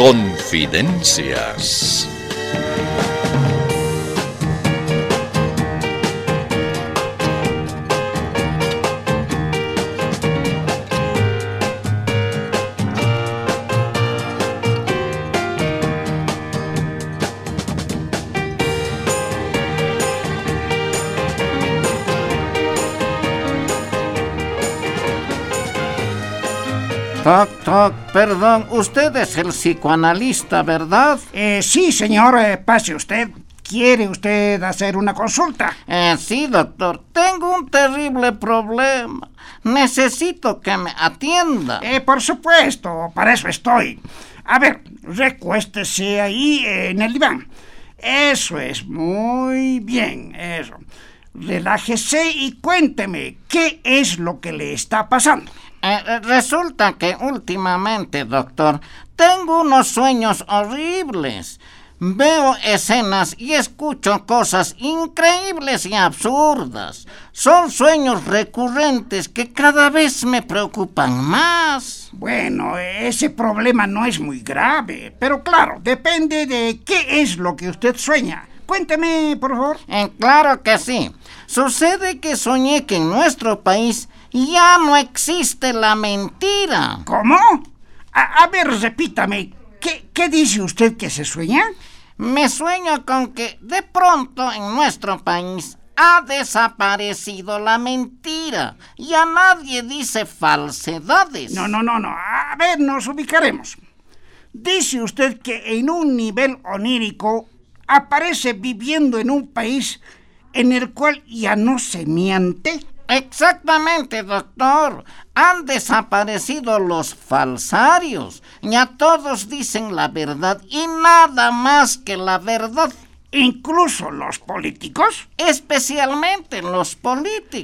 Confidencias. Toc, toc, perdón, usted es el psicoanalista, ¿verdad? Sí, señor, pase usted. ¿Quiere usted hacer una consulta? Sí, doctor, tengo un terrible problema. Necesito que me atienda. Por supuesto, para eso estoy. A ver, recuéstese ahí en el diván. Eso es, muy bien, eso. Relájese y cuénteme, ¿qué es lo que le está pasando? Resulta que últimamente, doctor, tengo unos sueños horribles. Veo escenas y escucho cosas increíbles y absurdas. Son sueños recurrentes que cada vez me preocupan más. Bueno, ese problema no es muy grave, pero claro, depende de qué es lo que usted sueña. Cuénteme, por favor. Claro que sí. Sucede que soñé que en nuestro país ya no existe la mentira. ¿Cómo? A ver, repítame. ¿Qué dice usted que se sueña? Me sueño con que de pronto en nuestro país ha desaparecido la mentira. Ya nadie dice falsedades. No. A ver, nos ubicaremos. Dice usted que en un nivel onírico aparece viviendo en un país en el cual ya no se miente. Exactamente, doctor. Han desaparecido los falsarios. Ya todos dicen la verdad y nada más que la verdad. ¿Incluso los políticos? Especialmente los políticos.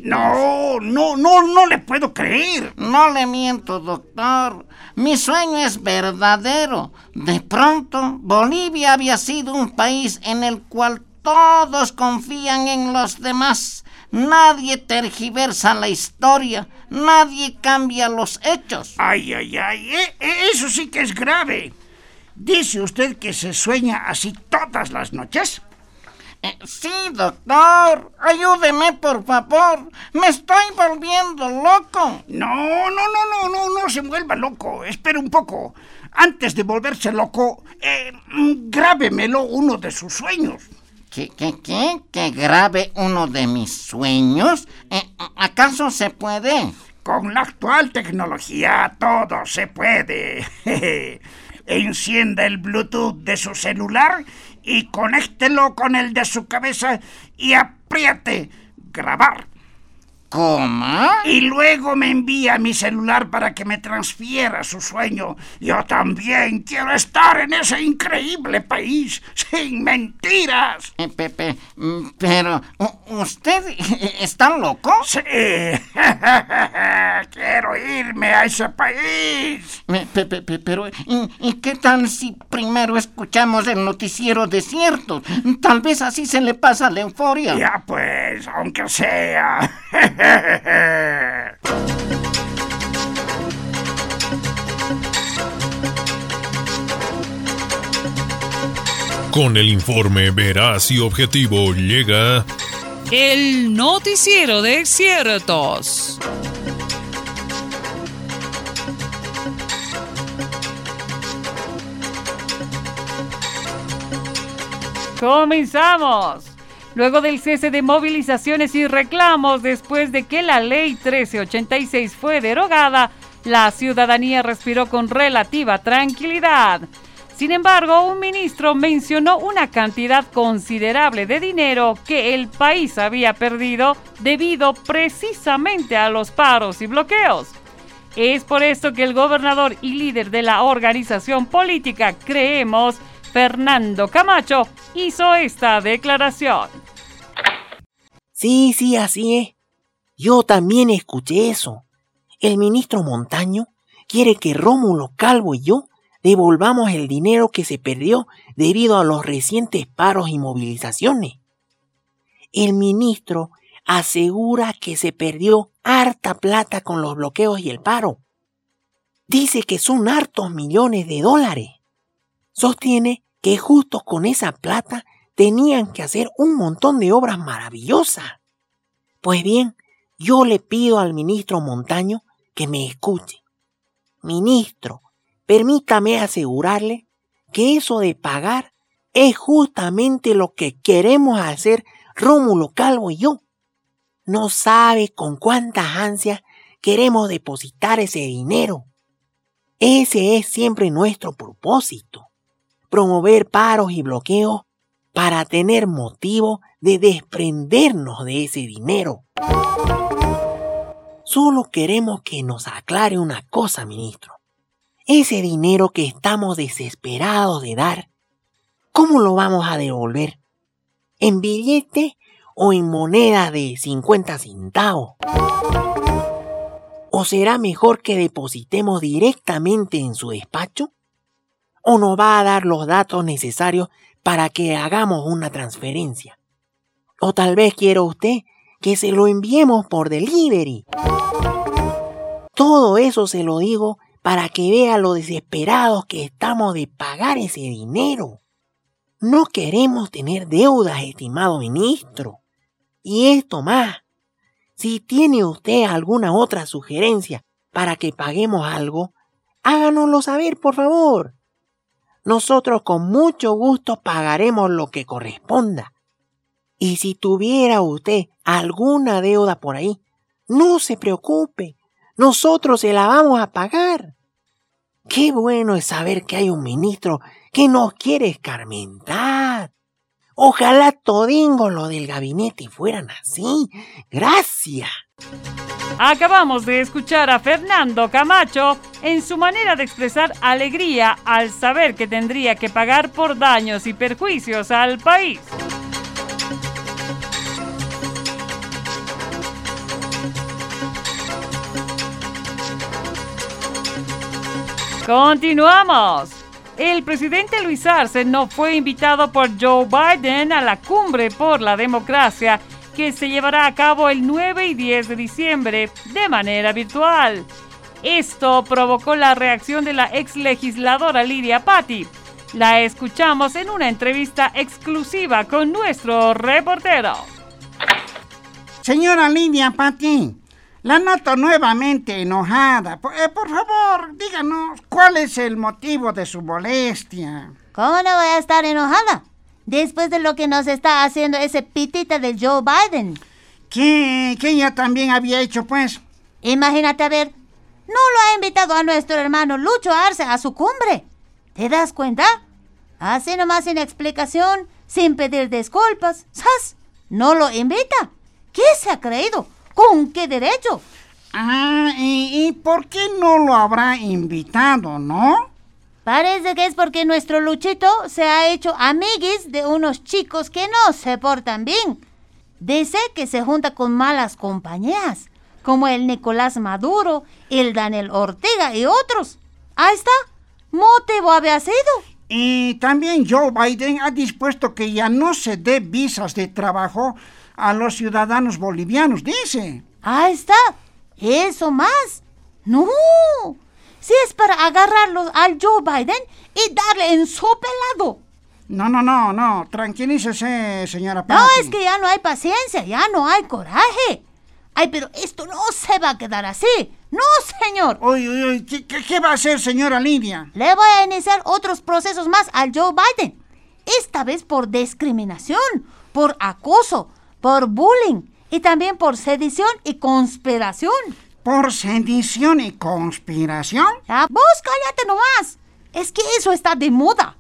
No le puedo creer. No le miento, doctor. Mi sueño es verdadero. De pronto, Bolivia había sido un país en el cual todos confían en los demás. Nadie tergiversa la historia. Nadie cambia los hechos. Ay. Eso sí que es grave. ¿Dice usted que se sueña así todas las noches? Sí, doctor. Ayúdeme, por favor. Me estoy volviendo loco. No se vuelva loco. Espere un poco. Antes de volverse loco, grábemelo uno de sus sueños. ¿Qué? ¿Que grabe uno de mis sueños? ¿Acaso se puede? Con la actual tecnología todo se puede. Encienda el Bluetooth de su celular y conéctelo con el de su cabeza y apriete grabar. ¿Cómo? Y luego me envía mi celular para que me transfiera su sueño. Yo también quiero estar en ese increíble país sin mentiras. Pero, ¿usted está loco? Sí. Quiero irme a ese país. Pero, ¿y qué tal si primero escuchamos el noticiero desierto? Tal vez así se le pasa la euforia. Ya pues, aunque sea. Con el informe veraz y objetivo llega el noticiero desiertos. Comenzamos. Luego del cese de movilizaciones y reclamos después de que la Ley 1386 fue derogada, la ciudadanía respiró con relativa tranquilidad. Sin embargo, un ministro mencionó una cantidad considerable de dinero que el país había perdido debido precisamente a los paros y bloqueos. Es por esto que el gobernador y líder de la organización política Creemos, Fernando Camacho, hizo esta declaración. Sí, así es. Yo también escuché eso. El ministro Montaño quiere que Rómulo Calvo y yo devolvamos el dinero que se perdió debido a los recientes paros y movilizaciones. El ministro asegura que se perdió harta plata con los bloqueos y el paro. Dice que son hartos millones de dólares. sostiene que justo con esa plata tenían que hacer un montón de obras maravillosas. Pues bien, yo le pido al ministro Montaño que me escuche. Ministro, permítame asegurarle que eso de pagar es justamente lo que queremos hacer Rómulo Calvo y yo. No sabe con cuántas ansias queremos depositar ese dinero. Ese es siempre nuestro propósito, promover paros y bloqueos para tener motivo de desprendernos de ese dinero. Solo queremos que nos aclare una cosa, ministro. Ese dinero que estamos desesperados de dar, ¿cómo lo vamos a devolver? ¿En billetes o en moneda de 50 centavos? ¿O será mejor que depositemos directamente en su despacho? ¿O nos va a dar los datos necesarios para que hagamos una transferencia? ¿O tal vez quiera usted que se lo enviemos por delivery? Todo eso se lo digo para que vea lo desesperados que estamos de pagar ese dinero. No queremos tener deudas, estimado ministro. Y esto más, si tiene usted alguna otra sugerencia para que paguemos algo, háganoslo saber, por favor. Nosotros con mucho gusto pagaremos lo que corresponda. Y si tuviera usted alguna deuda por ahí, no se preocupe, nosotros se la vamos a pagar. Qué bueno es saber que hay un ministro que nos quiere escarmentar. Ojalá todingo lo del gabinete fueran así. Gracias. Acabamos de escuchar a Fernando Camacho en su manera de expresar alegría al saber que tendría que pagar por daños y perjuicios al país. Continuamos. El presidente Luis Arce no fue invitado por Joe Biden a la cumbre por la democracia que se llevará a cabo el 9 y 10 de diciembre de manera virtual. Esto provocó la reacción de la ex legisladora Lidia Patti. La escuchamos en una entrevista exclusiva con nuestro reportero. Señora Lidia Patti, la noto nuevamente enojada. Por favor, díganos, ¿cuál es el motivo de su molestia? ¿Cómo no voy a estar enojada? Después de lo que nos está haciendo ese pitita de Joe Biden. ¿Qué ella también había hecho, pues? Imagínate, a ver, no lo ha invitado a nuestro hermano Lucho Arce a su cumbre. ¿Te das cuenta? Así nomás sin explicación, sin pedir disculpas. ¡Sas! No lo invita. ¿Qué se ha creído? ¿Con qué derecho? ¿Y por qué no lo habrá invitado, no? Parece que es porque nuestro Luchito se ha hecho amiguis de unos chicos que no se portan bien. Dice que se junta con malas compañías, como el Nicolás Maduro, el Daniel Ortega y otros. Ahí está. Motivo había sido. Y también Joe Biden ha dispuesto que ya no se dé visas de trabajo a los ciudadanos bolivianos, dice. Ahí está. Eso más. No. Si es para agarrarlos al Joe Biden y darle en su pelado. No. Tranquilícese, señora Patti. No, es que ya no hay paciencia, ya no hay coraje. Ay, pero esto no se va a quedar así. No, señor. Uy, ¿qué va a hacer, señora Lidia? Le voy a iniciar otros procesos más al Joe Biden. Esta vez por discriminación, por acoso, por bullying y también por sedición y conspiración. ¿Por sedición y conspiración? Ya, vos cállate nomás. Es que eso está de moda.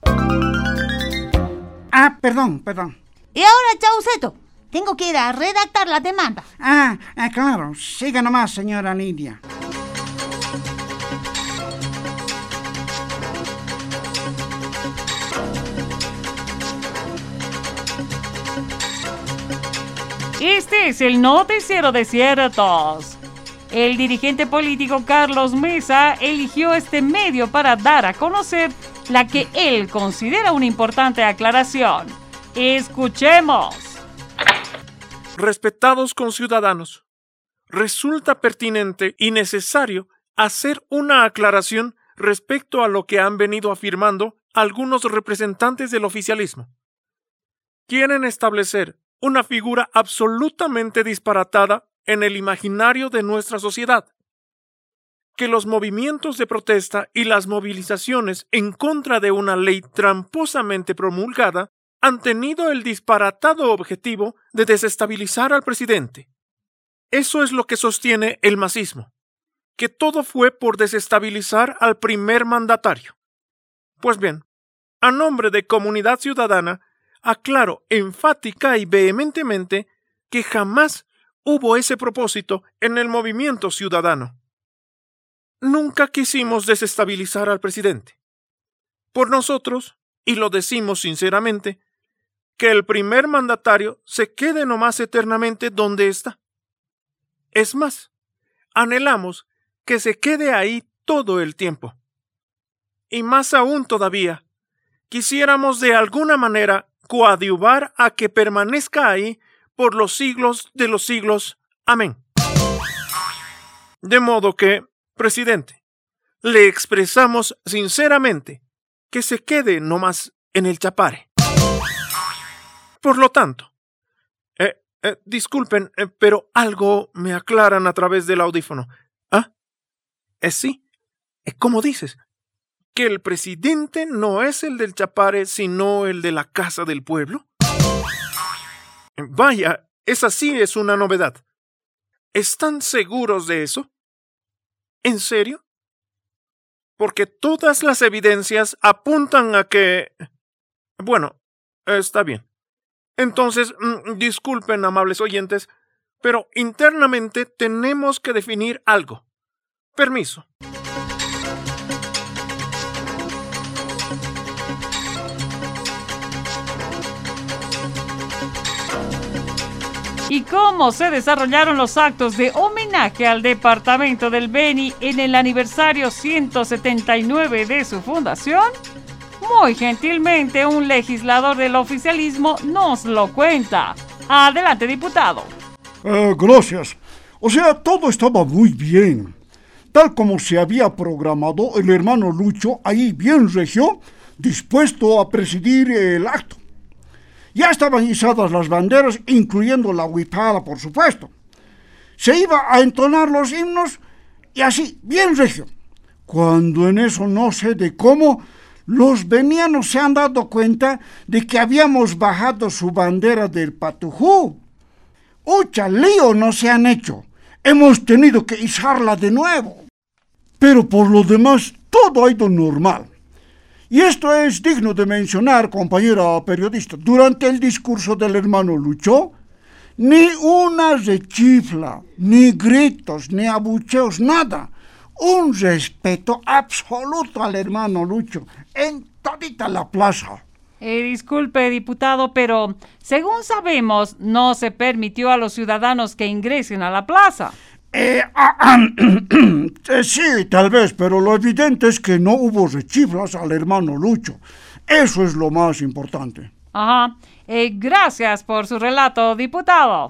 Perdón. Y ahora, Chauceto, tengo que ir a redactar la demanda. Claro. Siga nomás, señora Lidia. Este es el noticiero de ciertos. El dirigente político Carlos Mesa eligió este medio para dar a conocer la que él considera una importante aclaración. Escuchemos. Respetados conciudadanos, resulta pertinente y necesario hacer una aclaración respecto a lo que han venido afirmando algunos representantes del oficialismo. Quieren establecer una figura absolutamente disparatada en el imaginario de nuestra sociedad. Que los movimientos de protesta y las movilizaciones en contra de una ley tramposamente promulgada han tenido el disparatado objetivo de desestabilizar al presidente. Eso es lo que sostiene el masismo, que todo fue por desestabilizar al primer mandatario. Pues bien, a nombre de Comunidad Ciudadana, aclaro enfática y vehementemente que jamás hubo ese propósito en el movimiento ciudadano. Nunca quisimos desestabilizar al presidente. Por nosotros, y lo decimos sinceramente, que el primer mandatario se quede nomás eternamente donde está. Es más, anhelamos que se quede ahí todo el tiempo. Y más aún todavía, quisiéramos de alguna manera coadyuvar a que permanezca ahí por los siglos de los siglos. Amén. De modo que, presidente, le expresamos sinceramente que se quede nomás en el Chapare. Por lo tanto, disculpen, pero algo me aclaran a través del audífono. ¿Ah? Sí. ¿Cómo dices? ¿Que el presidente no es el del Chapare, sino el de la Casa del Pueblo? Vaya, esa sí es una novedad. ¿Están seguros de eso? ¿En serio? Porque todas las evidencias apuntan a que... Bueno, está bien. Entonces, disculpen, amables oyentes, pero internamente tenemos que definir algo. Permiso. ¿Y cómo se desarrollaron los actos de homenaje al departamento del Beni en el aniversario 179 de su fundación? Muy gentilmente, un legislador del oficialismo nos lo cuenta. Adelante, diputado. Gracias. O sea, todo estaba muy bien. Tal como se había programado, el hermano Lucho, ahí bien regio, dispuesto a presidir el acto. Ya estaban izadas las banderas, incluyendo la huipada, por supuesto. Se iba a entonar los himnos y así, bien regio. Cuando en eso, no sé de cómo, los venianos se han dado cuenta de que habíamos bajado su bandera del Patujú. ¡Ucha, lío no se han hecho! Hemos tenido que izarla de nuevo. Pero por lo demás, todo ha ido normal. Y esto es digno de mencionar, compañera periodista. Durante el discurso del hermano Lucho, ni una rechifla, ni gritos, ni abucheos, nada. Un respeto absoluto al hermano Lucho en todita la plaza. Disculpe, diputado, pero según sabemos, no se permitió a los ciudadanos que ingresen a la plaza. Sí, tal vez, pero lo evidente es que no hubo rechiflas al hermano Lucho. Eso es lo más importante. Ajá. Gracias por su relato, diputado.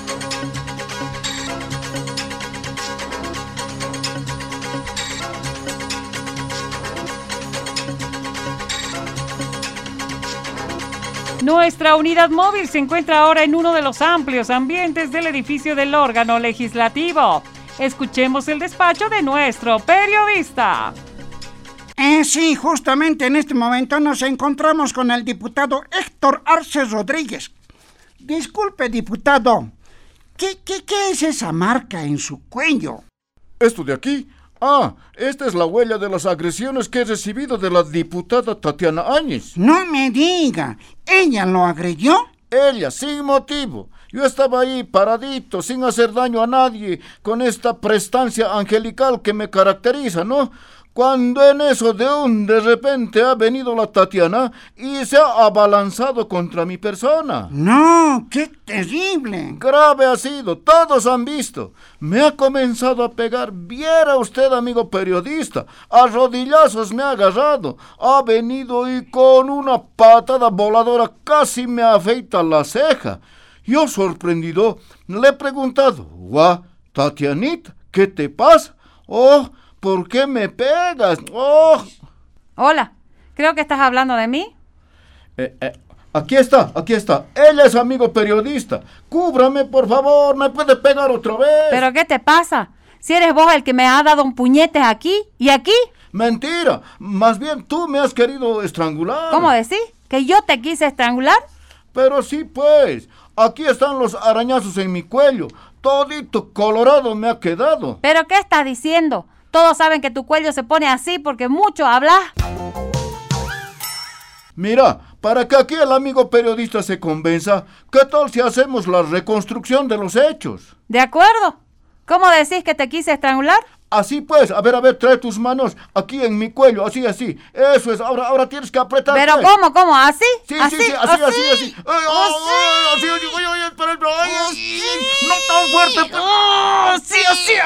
Nuestra unidad móvil se encuentra ahora en uno de los amplios ambientes del edificio del órgano legislativo. Escuchemos el despacho de nuestro periodista. Sí, justamente en este momento nos encontramos con el diputado Héctor Arce Rodríguez. Disculpe, diputado, ¿qué es esa marca en su cuello? ¿Esto de aquí? Esta es la huella de las agresiones que he recibido de la diputada Tatiana Áñez. No me diga, ¿ella lo agredió? Ella, sin motivo. Yo estaba ahí paradito, sin hacer daño a nadie, con esta prestancia angelical que me caracteriza, ¿no? Cuando en eso de repente ha venido la Tatiana y se ha abalanzado contra mi persona. No, qué terrible. Grave ha sido, todos han visto. Me ha comenzado a pegar, viera usted, amigo periodista, a rodillazos me ha agarrado. Ha venido y con una patada voladora casi me afeita la ceja. Yo sorprendido le he preguntado, Tatianita, ¿qué te pasa? ¿Por qué me pegas? Hola, Creo que estás hablando de mí. Aquí está. Él es amigo periodista. Cúbrame, por favor, me puede pegar otra vez. ¿Pero qué te pasa? Si eres vos el que me ha dado un puñete aquí y aquí. Mentira, más bien tú me has querido estrangular. ¿Cómo decís? ¿Que yo te quise estrangular? Pero sí, pues, aquí están los arañazos en mi cuello. Todito colorado me ha quedado. ¿Pero qué estás diciendo? Todos saben que tu cuello se pone así porque mucho hablas. Mira, para que aquí el amigo periodista se convenza, ¿qué tal si hacemos la reconstrucción de los hechos? ¿De acuerdo? ¿Cómo decís que te quise estrangular? Así pues, a ver, trae tus manos aquí en mi cuello, así. Eso es, ahora tienes que apretar. ¿Pero pues. cómo? ¿Así? Sí, ¿Así? así. Así, espera, no tan fuerte. Pues. ¿Así ha sido?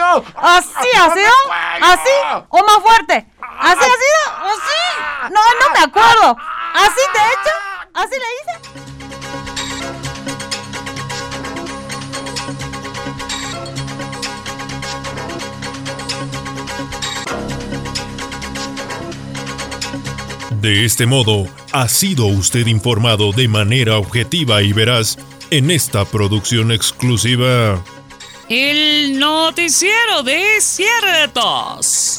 ¿Así? ¿O más fuerte? ¿Así ha sido? ¿Así? No me acuerdo. ¿Así te he hecho? ¿Así le hice? De este modo, ha sido usted informado de manera objetiva y veraz en esta producción exclusiva. El noticiero de ciertos.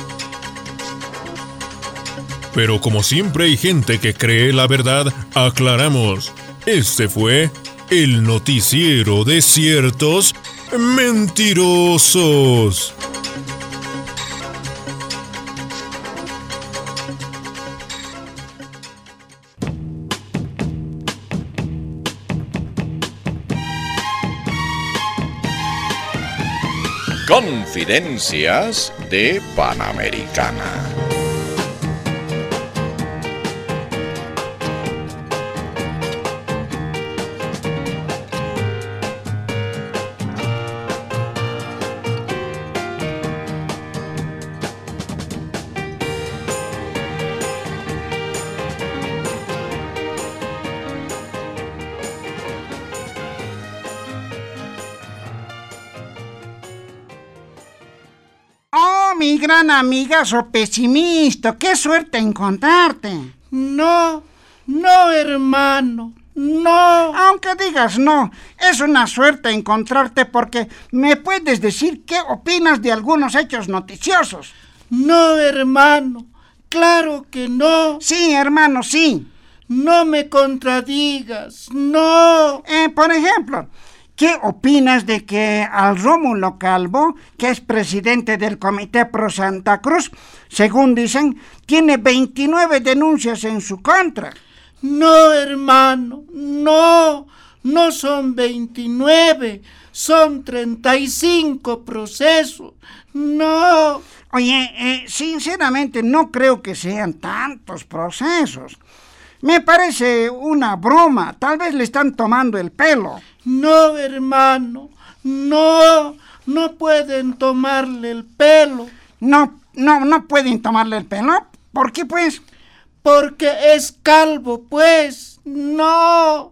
Pero como siempre hay gente que cree la verdad, aclaramos. Este fue el noticiero de ciertos mentirosos. Confidencias de Panamericana. Mi gran amigazo pesimista, qué suerte encontrarte. No, hermano, no. Aunque digas no, es una suerte encontrarte porque me puedes decir qué opinas de algunos hechos noticiosos. No, hermano, claro que no. Sí, hermano, sí. No me contradigas, no. Por ejemplo, ¿qué opinas de que al Rómulo Calvo, que es presidente del Comité Pro Santa Cruz, según dicen, tiene 29 denuncias en su contra? No, hermano, no son 29, son 35 procesos, no. Oye, sinceramente no creo que sean tantos procesos. Me parece una broma, tal vez le están tomando el pelo. No, hermano, no pueden tomarle el pelo. No pueden tomarle el pelo. ¿Por qué, pues? Porque es calvo, pues. No.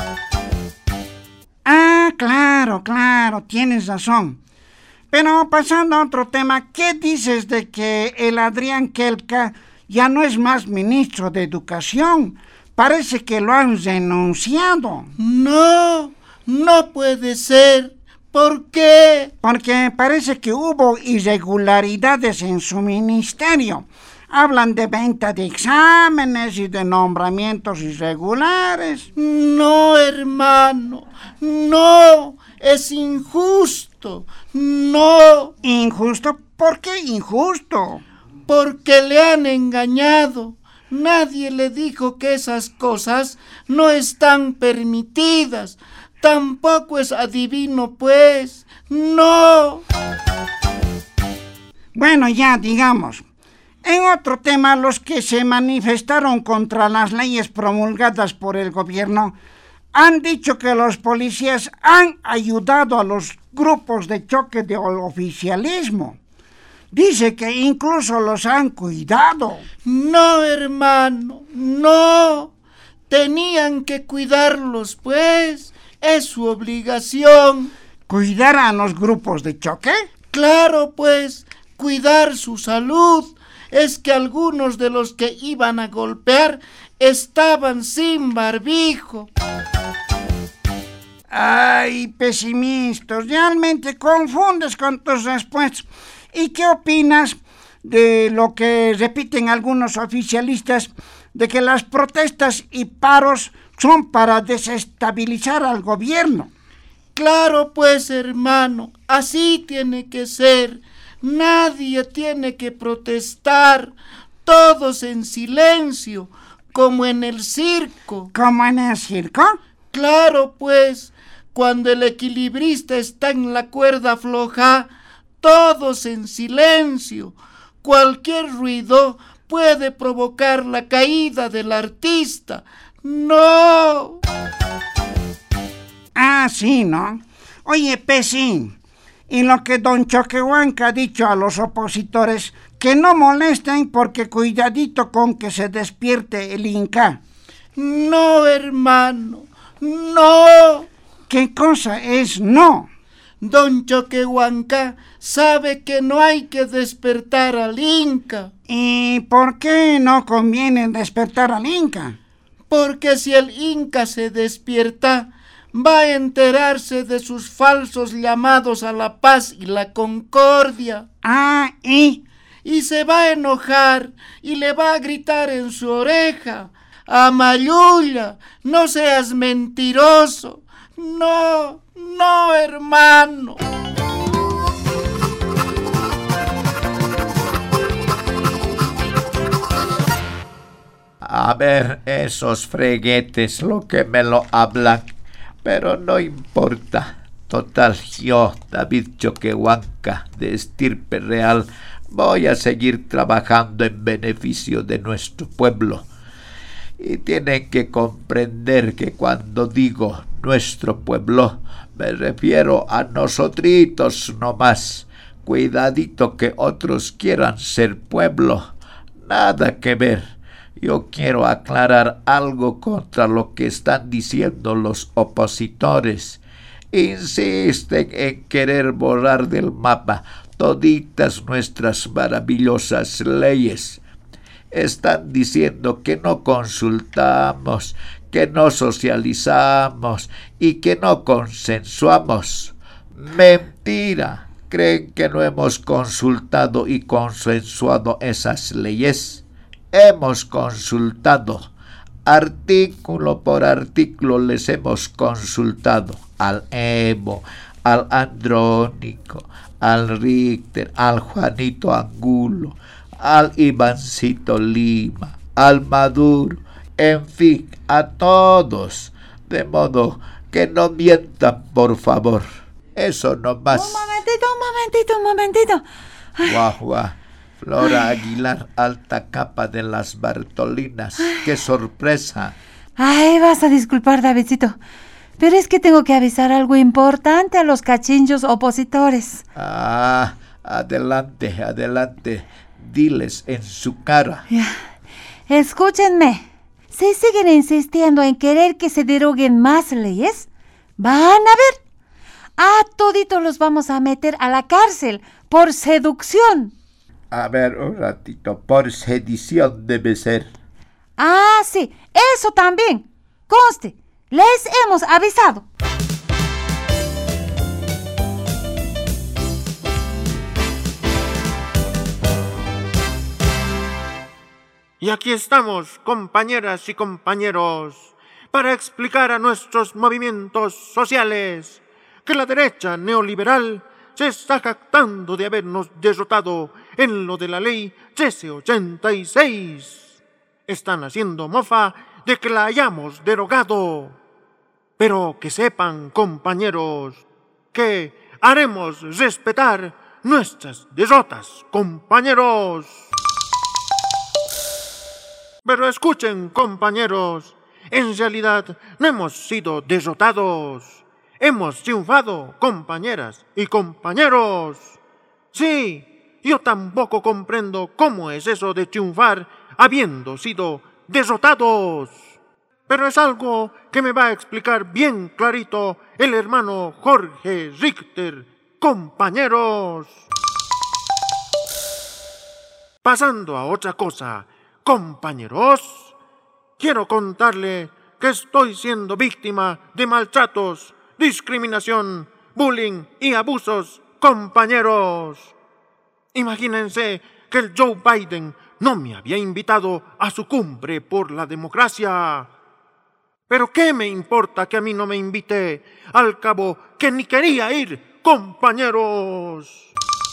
Ah, claro, tienes razón. Pero pasando a otro tema, ¿qué dices de que el Adrián Kelka ya no es más ministro de Educación? Parece que lo han denunciado. No puede ser. ¿Por qué? Porque parece que hubo irregularidades en su ministerio. Hablan de venta de exámenes y de nombramientos irregulares. No, hermano, no, es injusto, no. ¿Injusto? ¿Por qué injusto? Porque le han engañado. Nadie le dijo que esas cosas no están permitidas. Tampoco es adivino, pues. No. Bueno, ya digamos. En otro tema, los que se manifestaron contra las leyes promulgadas por el gobierno han dicho que los policías han ayudado a los grupos de choque del oficialismo. Dice que incluso los han cuidado. No, hermano, no. Tenían que cuidarlos, pues. Es su obligación. ¿Cuidar a los grupos de choque? Claro, pues. Cuidar su salud. es que algunos de los que iban a golpear estaban sin barbijo. Ay, pesimistas, realmente confundes con tus respuestas. ¿Y qué opinas de lo que repiten algunos oficialistas, de que las protestas y paros son para desestabilizar al gobierno? Claro, pues, hermano, así tiene que ser. Nadie tiene que protestar, todos en silencio, como en el circo. ¿Como en el circo? Claro, pues, cuando el equilibrista está en la cuerda floja, todos en silencio. Cualquier ruido puede provocar la caída del artista. ¡No! Ah, sí, ¿no? Oye, Pesín, y lo que don Choquehuanca ha dicho a los opositores, que no molesten porque cuidadito con que se despierte el Inca. No, hermano, no. ¿Qué cosa es no? Don Choquehuanca sabe que no hay que despertar al Inca. ¿Y por qué no conviene despertar al Inca? Porque si el Inca se despierta, va a enterarse de sus falsos llamados a la paz y la concordia. Ah, y se va a enojar y le va a gritar en su oreja: Amayulla, no seas mentiroso. No, no, hermano. A ver, esos freguetes lo que me lo hablan, pero no importa. Total, yo, David Choquehuanca, de estirpe real, voy a seguir trabajando en beneficio de nuestro pueblo. Y tienen que comprender que cuando digo nuestro pueblo, me refiero a nosotritos nomás. Cuidadito que otros quieran ser pueblo. Nada que ver. Yo quiero aclarar algo contra lo que están diciendo los opositores. Insisten en querer borrar del mapa toditas nuestras maravillosas leyes. Están diciendo que no consultamos, que no socializamos y que no consensuamos. Mentira. ¿Creen que no hemos consultado y consensuado esas leyes? Hemos consultado. Artículo por artículo les hemos consultado al Evo, al Andrónico, al Richter, al Juanito Angulo, al Ivancito Lima, al Maduro, en fin, a todos. De modo que no mientan, por favor. Eso nomás. Un momentito. Guau. Flora Aguilar, alta capa de las Bartolinas. ¡Qué sorpresa! Ay, vas a disculpar, Davidcito, pero es que tengo que avisar algo importante a los cachinchos opositores. Ah, adelante. Diles en su cara. Ya. Escúchenme. Si siguen insistiendo en querer que se deroguen más leyes, van a ver. A toditos los vamos a meter a la cárcel por seducción. A ver, un ratito, por sedición debe ser. Ah, sí, eso también. Conste, les hemos avisado. Y aquí estamos, compañeras y compañeros, para explicar a nuestros movimientos sociales que la derecha neoliberal se está jactando de habernos derrotado en lo de la ley 1386. Están haciendo mofa de que la hayamos derogado. Pero que sepan, compañeros, que haremos respetar nuestras derrotas, compañeros. Pero escuchen, compañeros, en realidad no hemos sido derrotados. Hemos triunfado, compañeras y compañeros. Sí, yo tampoco comprendo cómo es eso de triunfar habiendo sido derrotados. Pero es algo que me va a explicar bien clarito el hermano Jorge Richter, compañeros. Pasando a otra cosa, compañeros, quiero contarle que estoy siendo víctima de maltratos, discriminación, bullying y abusos, compañeros. Imagínense que el Joe Biden no me había invitado a su cumbre por la democracia. Pero ¿qué me importa que a mí no me invite? Al cabo que ni quería ir, compañeros.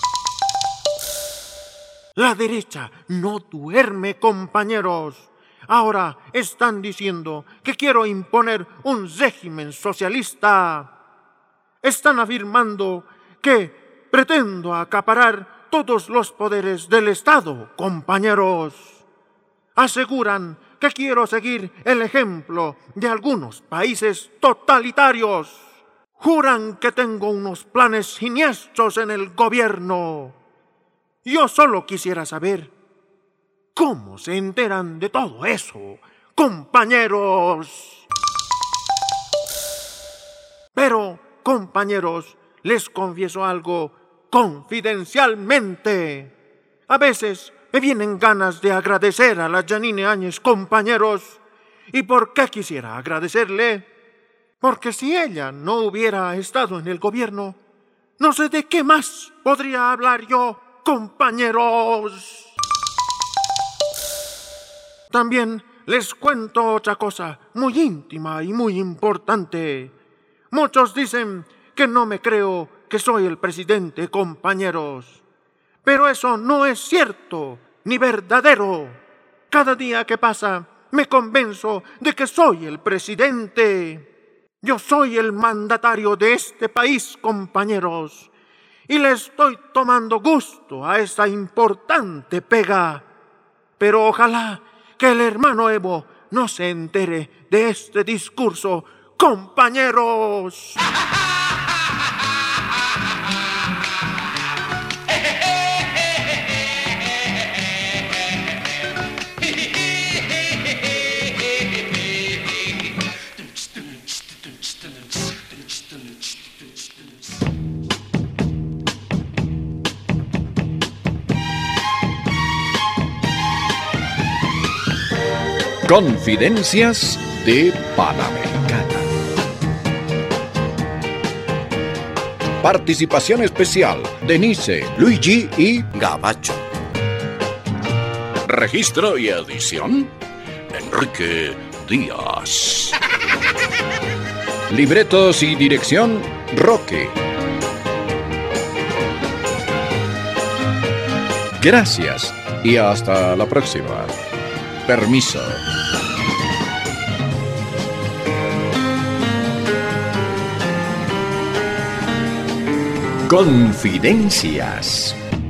La derecha no duerme, compañeros. Ahora están diciendo que quiero imponer un régimen socialista. Están afirmando que pretendo acaparar todos los poderes del Estado, compañeros. Aseguran que quiero seguir el ejemplo de algunos países totalitarios. Juran que tengo unos planes siniestros en el gobierno. Yo solo quisiera saber cómo se enteran de todo eso, compañeros. Pero, compañeros, les confieso algo confidencialmente. A veces me vienen ganas de agradecer a la Yanine Áñez, compañeros. ¿Y por qué quisiera agradecerle? Porque si ella no hubiera estado en el gobierno, no sé de qué más podría hablar yo, compañeros. También les cuento otra cosa muy íntima y muy importante. Muchos dicen que no me creo que soy el presidente, compañeros. Pero eso no es cierto ni verdadero. Cada día que pasa me convenzo de que soy el presidente. Yo soy el mandatario de este país, compañeros, y le estoy tomando gusto a esa importante pega. Pero ojalá que el hermano Evo no se entere de este discurso, compañeros. Confidencias de Panamericana. Participación especial: Denise, Luigi y Gabacho. Registro y edición: Enrique Díaz. Libretos y dirección: Roque. Gracias y hasta la próxima. Permiso. Confidencias.